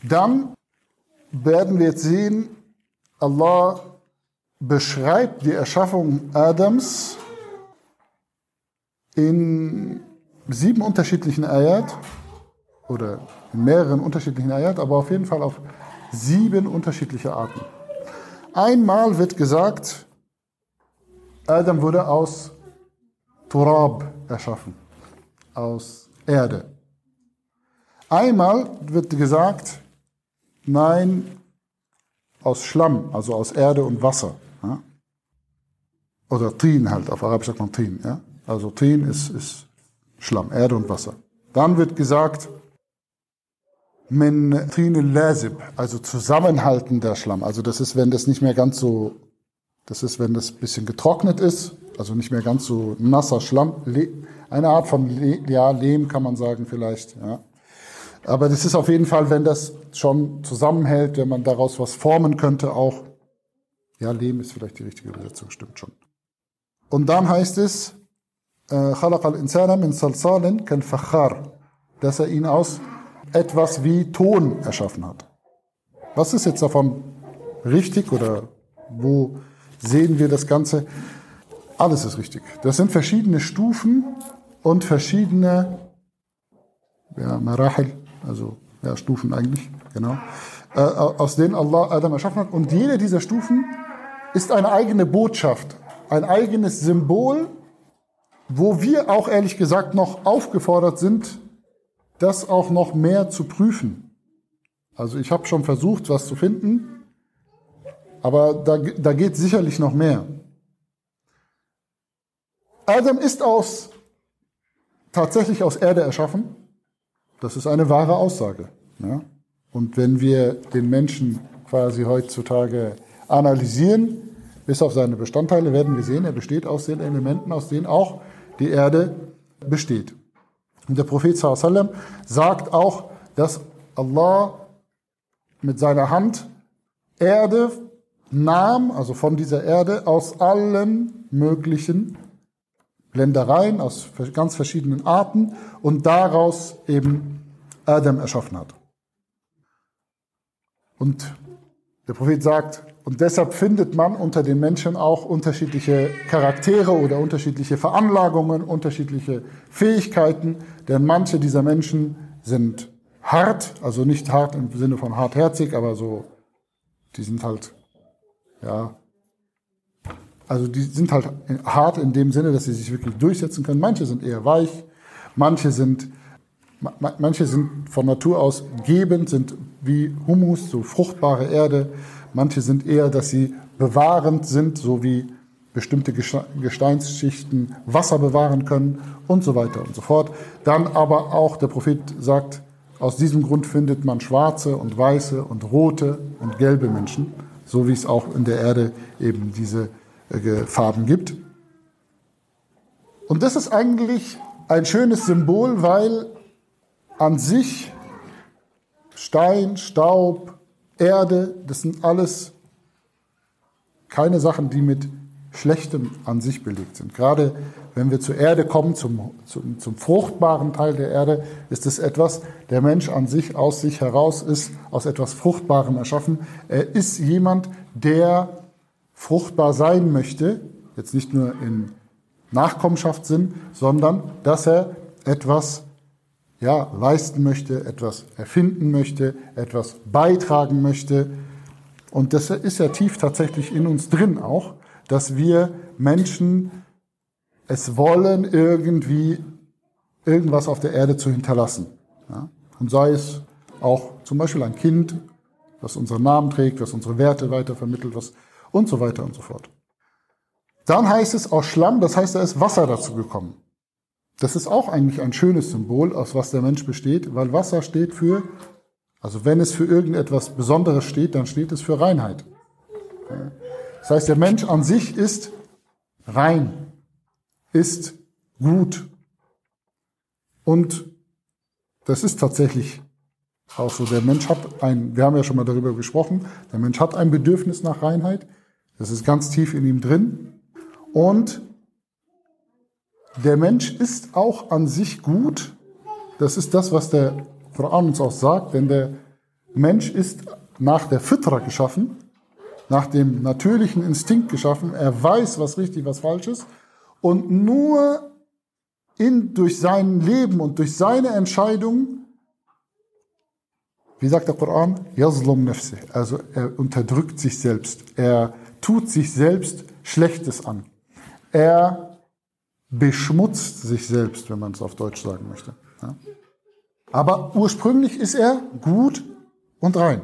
Dann werden wir jetzt sehen, Allah beschreibt die Erschaffung Adams in 7 unterschiedlichen Ayat oder in mehreren unterschiedlichen Ayat, aber auf jeden Fall auf 7 unterschiedliche Arten. Einmal wird gesagt, Adam wurde aus Turab erschaffen, aus Erde. Einmal wird gesagt, nein, aus Schlamm, also aus Erde und Wasser. Ja? Oder Tin halt, auf Arabisch sagt man Tin. Ja? Also Tin ist Schlamm, Erde und Wasser. Dann wird gesagt, min Tin lazib, also zusammenhaltender Schlamm. Also das ist, wenn das nicht mehr ganz so, das ist, wenn das ein bisschen getrocknet ist, also nicht mehr ganz so nasser Schlamm, eine Art von Lehm kann man sagen vielleicht. Ja. Aber das ist auf jeden Fall, wenn das schon zusammenhält, wenn man daraus was formen könnte auch. Ja, Lehm ist vielleicht die richtige Übersetzung, stimmt schon. Und dann heißt es, خَلَقَ الْإِنسَانَ مِنْ صَلْصَالٍ كَالْفَخَّارِ, dass er ihn aus etwas wie Ton erschaffen hat. Was ist jetzt davon richtig oder wo sehen wir das Ganze? Alles ist richtig. Das sind verschiedene Stufen und verschiedene Marahil, also Stufen eigentlich, genau, aus denen Allah Adam erschaffen hat. Und jede dieser Stufen ist eine eigene Botschaft, ein eigenes Symbol, wo wir auch ehrlich gesagt noch aufgefordert sind, das auch noch mehr zu prüfen. Also ich habe schon versucht, was zu finden, aber da geht sicherlich noch mehr. Adam ist tatsächlich aus Erde erschaffen. Das ist eine wahre Aussage. Ja? Und wenn wir den Menschen quasi heutzutage analysieren, bis auf seine Bestandteile, werden wir sehen, er besteht aus den Elementen, aus denen auch die Erde besteht. Und der Prophet sallallahu alaihi wasallam sagt auch, dass Allah mit seiner Hand Erde nahm, also von dieser Erde, aus allen möglichen Ländereien, aus ganz verschiedenen Arten und daraus eben Adam erschaffen hat. Und der Prophet sagt, und deshalb findet man unter den Menschen auch unterschiedliche Charaktere oder unterschiedliche Veranlagungen, unterschiedliche Fähigkeiten, denn manche dieser Menschen sind hart, also nicht hart im Sinne von hartherzig, aber so, die sind halt, also die sind halt hart in dem Sinne, dass sie sich wirklich durchsetzen können. Manche sind eher weich, manche sind von Natur aus gebend, sind wie Humus, so fruchtbare Erde. Manche sind eher, dass sie bewahrend sind, so wie bestimmte Gesteinsschichten Wasser bewahren können und so weiter und so fort. Dann aber auch, der Prophet sagt, aus diesem Grund findet man schwarze und weiße und rote und gelbe Menschen, so wie es auch in der Erde eben diese Farben gibt. Und das ist eigentlich ein schönes Symbol, weil an sich Stein, Staub, Erde, das sind alles keine Sachen, die mit Schlechtem an sich belegt sind. Gerade wenn wir zur Erde kommen, zum fruchtbaren Teil der Erde, ist es etwas, der Mensch an sich, aus sich heraus ist, aus etwas Fruchtbarem erschaffen. Er ist jemand, der fruchtbar sein möchte, jetzt nicht nur in Nachkommenschaftsinn, sondern dass er etwas leisten möchte, etwas erfinden möchte, etwas beitragen möchte. Und das ist ja tief tatsächlich in uns drin auch, dass wir Menschen es wollen, irgendwie irgendwas auf der Erde zu hinterlassen. Ja? Und sei es auch zum Beispiel ein Kind, das unseren Namen trägt, was unsere Werte weitervermittelt, und so weiter und so fort. Dann heißt es aus Schlamm, das heißt, da ist Wasser dazu gekommen. Das ist auch eigentlich ein schönes Symbol, aus was der Mensch besteht, weil Wasser steht für, also wenn es für irgendetwas Besonderes steht, dann steht es für Reinheit. Das heißt, der Mensch an sich ist rein, ist gut. Und das ist tatsächlich auch so. Der Mensch wir haben ja schon mal darüber gesprochen, der Mensch hat ein Bedürfnis nach Reinheit. Das ist ganz tief in ihm drin. Und der Mensch ist auch an sich gut. Das ist das, was der Koran uns auch sagt, denn der Mensch ist nach der Fitra geschaffen, nach dem natürlichen Instinkt geschaffen. Er weiß, was richtig, was falsch ist. Und nur durch sein Leben und durch seine Entscheidung, wie sagt der Koran, yazlum nafsih, also er unterdrückt sich selbst. Er tut sich selbst Schlechtes an. Er beschmutzt sich selbst, wenn man es auf Deutsch sagen möchte. Ja. Aber ursprünglich ist er gut und rein.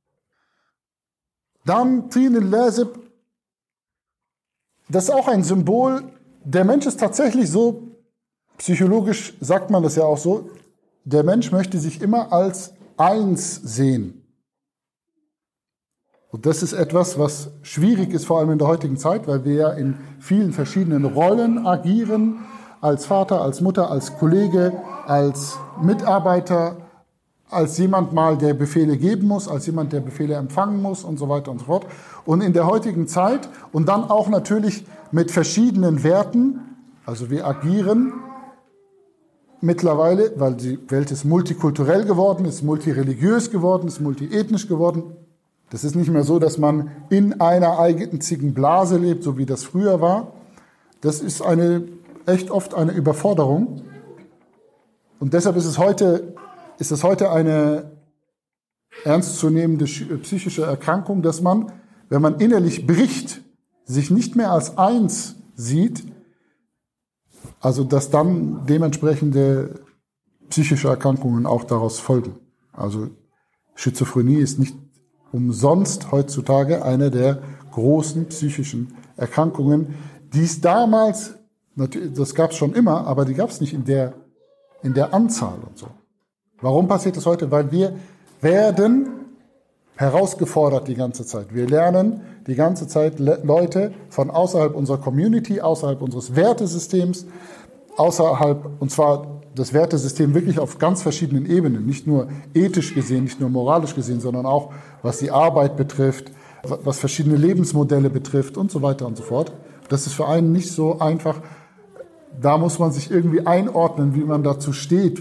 Dann Tin al-Lazib, das ist auch ein Symbol. Der Mensch ist tatsächlich so, psychologisch sagt man das ja auch so, der Mensch möchte sich immer als eins sehen. Und das ist etwas, was schwierig ist, vor allem in der heutigen Zeit, weil wir ja in vielen verschiedenen Rollen agieren, als Vater, als Mutter, als Kollege, als Mitarbeiter, als jemand mal, der Befehle geben muss, als jemand, der Befehle empfangen muss und so weiter und so fort. Und in der heutigen Zeit und dann auch natürlich mit verschiedenen Werten, also wir agieren mittlerweile, weil die Welt ist multikulturell geworden, ist multireligiös geworden, ist multiethnisch geworden. Das ist nicht mehr so, dass man in einer einzigen Blase lebt, so wie das früher war. Das ist echt oft eine Überforderung. Und deshalb ist es heute eine ernstzunehmende psychische Erkrankung, dass man, wenn man innerlich bricht, sich nicht mehr als eins sieht, also dass dann dementsprechende psychische Erkrankungen auch daraus folgen. Also Schizophrenie ist nicht umsonst heutzutage eine der großen psychischen Erkrankungen, die es damals, das gab es schon immer, aber die gab es nicht in der Anzahl und so. Warum passiert das heute? Weil wir werden herausgefordert die ganze Zeit. Wir lernen die ganze Zeit Leute von außerhalb unserer Community, außerhalb unseres Wertesystems, und zwar das Wertesystem wirklich auf ganz verschiedenen Ebenen, nicht nur ethisch gesehen, nicht nur moralisch gesehen, sondern auch was die Arbeit betrifft, was verschiedene Lebensmodelle betrifft und so weiter und so fort. Das ist für einen nicht so einfach. Da muss man sich irgendwie einordnen, wie man dazu steht,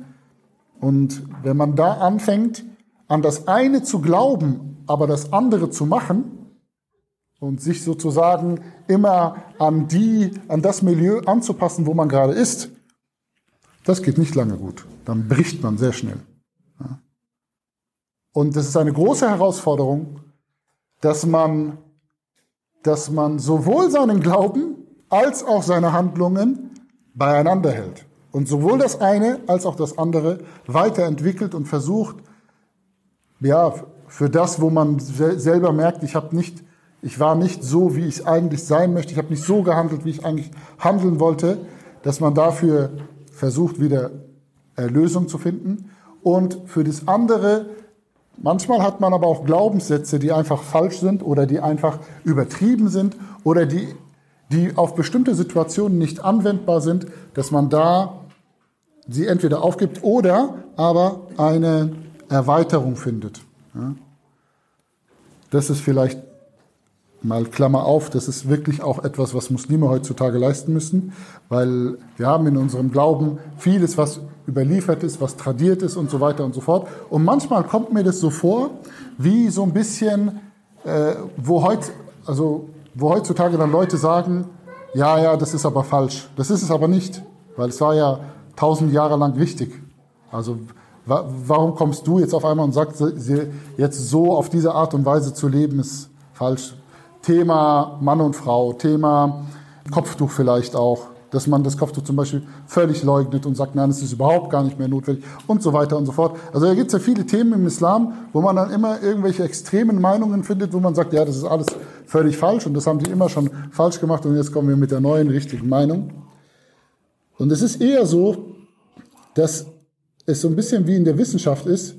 und wenn man da anfängt, an das eine zu glauben, aber das andere zu machen und sich sozusagen immer an das Milieu anzupassen, wo man gerade ist, das geht nicht lange gut. Dann bricht man sehr schnell. Ja. Und das ist eine große Herausforderung, dass man sowohl seinen Glauben als auch seine Handlungen beieinander hält. Und sowohl das eine als auch das andere weiterentwickelt und versucht, ja, für das, wo man selber merkt, ich war nicht so, wie ich eigentlich sein möchte, ich habe nicht so gehandelt, wie ich eigentlich handeln wollte, dass man dafür versucht, wieder Lösung zu finden. Und für das andere, manchmal hat man aber auch Glaubenssätze, die einfach falsch sind oder die einfach übertrieben sind oder die auf bestimmte Situationen nicht anwendbar sind, dass man da sie entweder aufgibt oder aber eine Erweiterung findet. Ja. Das ist vielleicht mal Klammer auf, das ist wirklich auch etwas, was Muslime heutzutage leisten müssen, weil wir haben in unserem Glauben vieles, was überliefert ist, was tradiert ist und so weiter und so fort. Und manchmal kommt mir das so vor, wie so ein bisschen, wo heutzutage dann Leute sagen, ja, das ist aber falsch. Das ist es aber nicht, weil es war ja 1000 Jahre lang richtig. Also warum kommst du jetzt auf einmal und sagst, jetzt so auf diese Art und Weise zu leben, ist falsch. Thema Mann und Frau, Thema Kopftuch vielleicht auch, dass man das Kopftuch zum Beispiel völlig leugnet und sagt, nein, es ist überhaupt gar nicht mehr notwendig und so weiter und so fort. Also da gibt es ja viele Themen im Islam, wo man dann immer irgendwelche extremen Meinungen findet, wo man sagt, ja, das ist alles völlig falsch und das haben die immer schon falsch gemacht und jetzt kommen wir mit der neuen, richtigen Meinung. Und es ist eher so, dass es so ein bisschen wie in der Wissenschaft ist,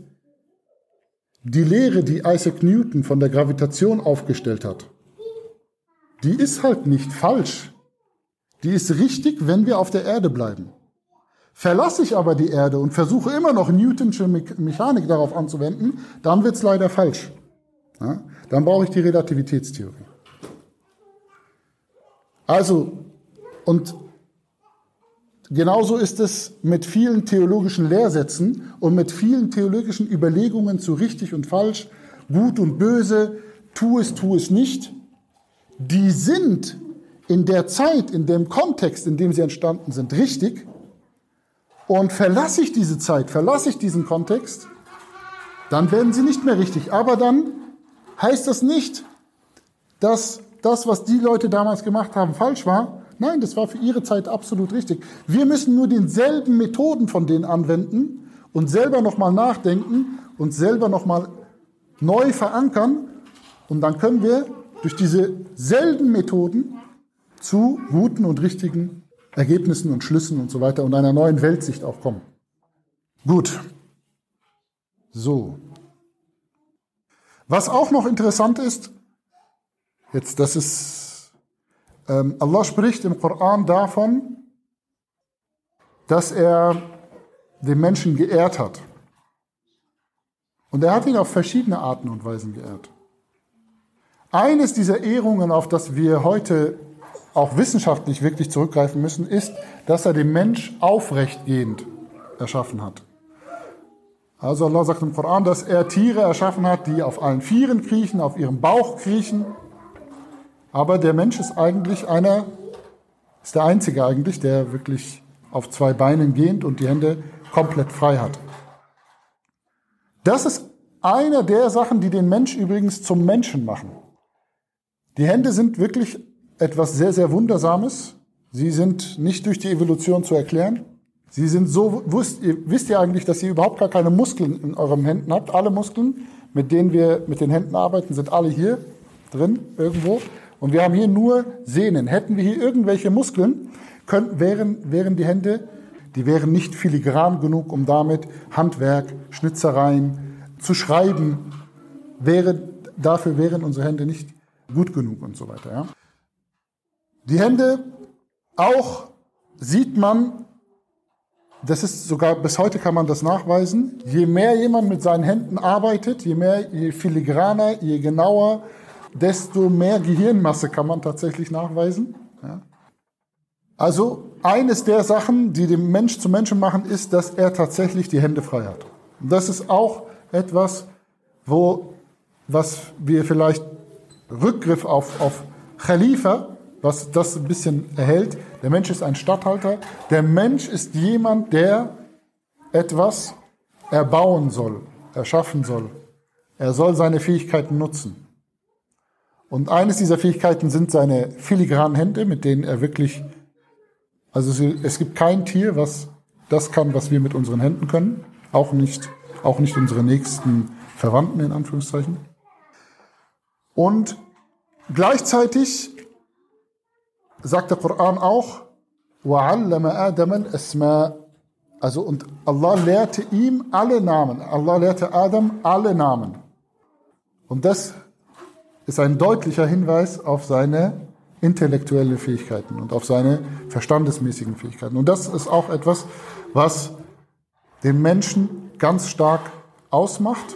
die Lehre, die Isaac Newton von der Gravitation aufgestellt hat, die ist halt nicht falsch. Die ist richtig, wenn wir auf der Erde bleiben. Verlasse ich aber die Erde und versuche immer noch Newtonsche Mechanik darauf anzuwenden, dann wird es leider falsch. Ja? Dann brauche ich die Relativitätstheorie. Also, und genauso ist es mit vielen theologischen Lehrsätzen und mit vielen theologischen Überlegungen zu richtig und falsch, gut und böse, tu es nicht. Die sind in der Zeit, in dem Kontext, in dem sie entstanden sind, richtig. Und verlasse ich diese Zeit, verlasse ich diesen Kontext, dann werden sie nicht mehr richtig. Aber dann heißt das nicht, dass das, was die Leute damals gemacht haben, falsch war. Nein, das war für ihre Zeit absolut richtig. Wir müssen nur denselben Methoden von denen anwenden und selber nochmal nachdenken und selber nochmal neu verankern. Und dann können wir durch diese selben Methoden zu guten und richtigen Ergebnissen und Schlüssen und so weiter und einer neuen Weltsicht auch kommen. Gut. So. Was auch noch interessant ist, jetzt, das ist, Allah spricht im Koran davon, dass er den Menschen geehrt hat. Und er hat ihn auf verschiedene Arten und Weisen geehrt. Eines dieser Ehrungen, auf das wir heute auch wissenschaftlich wirklich zurückgreifen müssen, ist, dass er den Mensch aufrechtgehend erschaffen hat. Also Allah sagt im Koran, dass er Tiere erschaffen hat, die auf allen Vieren kriechen, auf ihrem Bauch kriechen. Aber der Mensch ist eigentlich ist der Einzige eigentlich, der wirklich auf zwei Beinen gehend und die Hände komplett frei hat. Das ist einer der Sachen, die den Mensch übrigens zum Menschen machen. Die Hände sind wirklich etwas sehr, sehr Wundersames. Sie sind nicht durch die Evolution zu erklären. Sie sind so, wisst ihr eigentlich, dass ihr überhaupt gar keine Muskeln in euren Händen habt? Alle Muskeln, mit denen wir mit den Händen arbeiten, sind alle hier drin irgendwo. Und wir haben hier nur Sehnen. Hätten wir hier irgendwelche Muskeln, wären die Hände, die wären nicht filigran genug, um damit Handwerk, Schnitzereien zu schreiben. Dafür wären unsere Hände nicht gut genug und so weiter. Ja? Die Hände, auch sieht man, das ist sogar, bis heute kann man das nachweisen, je mehr jemand mit seinen Händen arbeitet, je filigraner, je genauer, desto mehr Gehirnmasse kann man tatsächlich nachweisen. Ja? Also eines der Sachen, die den Mensch zum Menschen machen, ist, dass er tatsächlich die Hände frei hat. Und das ist auch etwas, was wir vielleicht Rückgriff auf Khalifa, was das ein bisschen erhält. Der Mensch ist ein Statthalter. Der Mensch ist jemand, der etwas erbauen soll, erschaffen soll. Er soll seine Fähigkeiten nutzen. Und eines dieser Fähigkeiten sind seine filigranen Hände, mit denen er wirklich, also es gibt kein Tier, was das kann, was wir mit unseren Händen können. Auch nicht unsere nächsten Verwandten, in Anführungszeichen. Und gleichzeitig sagt der Koran auch, وَعَلَّمَ آدَمَ الْأَسْمَاءَ. Also, und Allah lehrte ihm alle Namen. Allah lehrte Adam alle Namen. Und das ist ein deutlicher Hinweis auf seine intellektuellen Fähigkeiten und auf seine verstandesmäßigen Fähigkeiten. Und das ist auch etwas, was den Menschen ganz stark ausmacht.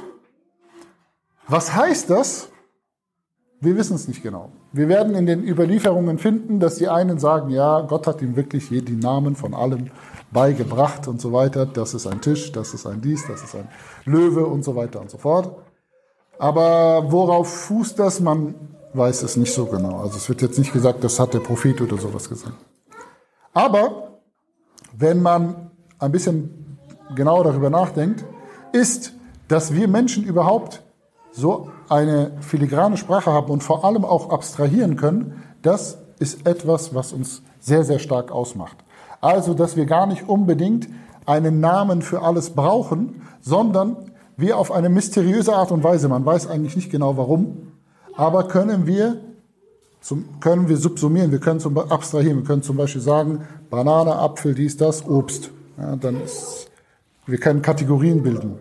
Was heißt das? Wir wissen es nicht genau. Wir werden in den Überlieferungen finden, dass die einen sagen, ja, Gott hat ihm wirklich die Namen von allem beigebracht und so weiter. Das ist ein Tisch, das ist ein Dies, das ist ein Löwe und so weiter und so fort. Aber worauf fußt das? Man weiß es nicht so genau. Also es wird jetzt nicht gesagt, das hat der Prophet oder sowas gesagt. Aber wenn man ein bisschen genauer darüber nachdenkt, ist, dass wir Menschen überhaupt so eine filigrane Sprache haben und vor allem auch abstrahieren können, das ist etwas, was uns sehr, sehr stark ausmacht. Also, dass wir gar nicht unbedingt einen Namen für alles brauchen, sondern wir auf eine mysteriöse Art und Weise, man weiß eigentlich nicht genau warum, aber können wir subsumieren, wir können abstrahieren, wir können zum Beispiel sagen, Banane, Apfel, dies, das, Obst. Ja, wir können Kategorien bilden.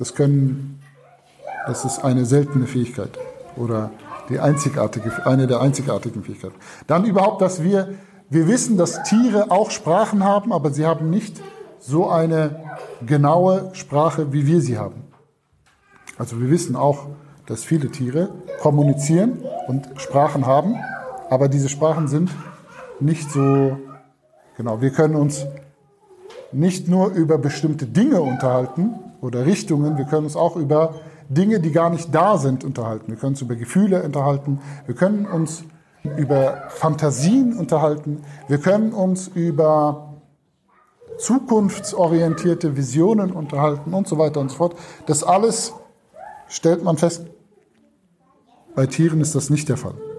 Das ist eine seltene Fähigkeit oder eine der einzigartigen Fähigkeiten. Dann überhaupt, dass wir wissen, dass Tiere auch Sprachen haben, aber sie haben nicht so eine genaue Sprache, wie wir sie haben. Also wir wissen auch, dass viele Tiere kommunizieren und Sprachen haben, aber diese Sprachen sind nicht so genau. Wir können uns nicht nur über bestimmte Dinge unterhalten oder Richtungen, wir können uns auch über Dinge, die gar nicht da sind, unterhalten. Wir können uns über Gefühle unterhalten, wir können uns über Fantasien unterhalten, wir können uns über zukunftsorientierte Visionen unterhalten und so weiter und so fort. Das alles stellt man fest, bei Tieren ist das nicht der Fall.